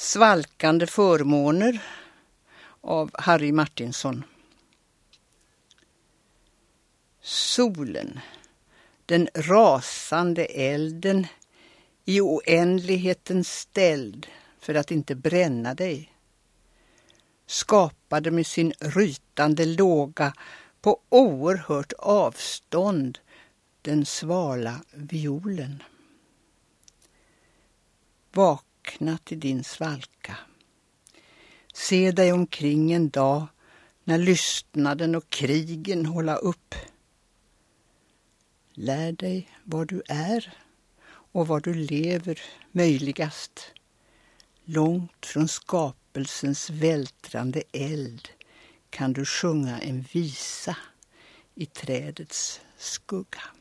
Svalkande förmåner av Harry Martinson. Solen, den rasande elden i oändligheten ställd för att inte bränna dig, skapade med sin rytande låga på oerhört avstånd den svala violen. Vakna till din svalka. Se dig omkring en dag när lystnaden och krigen hålla upp. Lär dig var du är och var du lever möjligast. Långt från skapelsens vältrande eld kan du sjunga en visa i trädets skugga.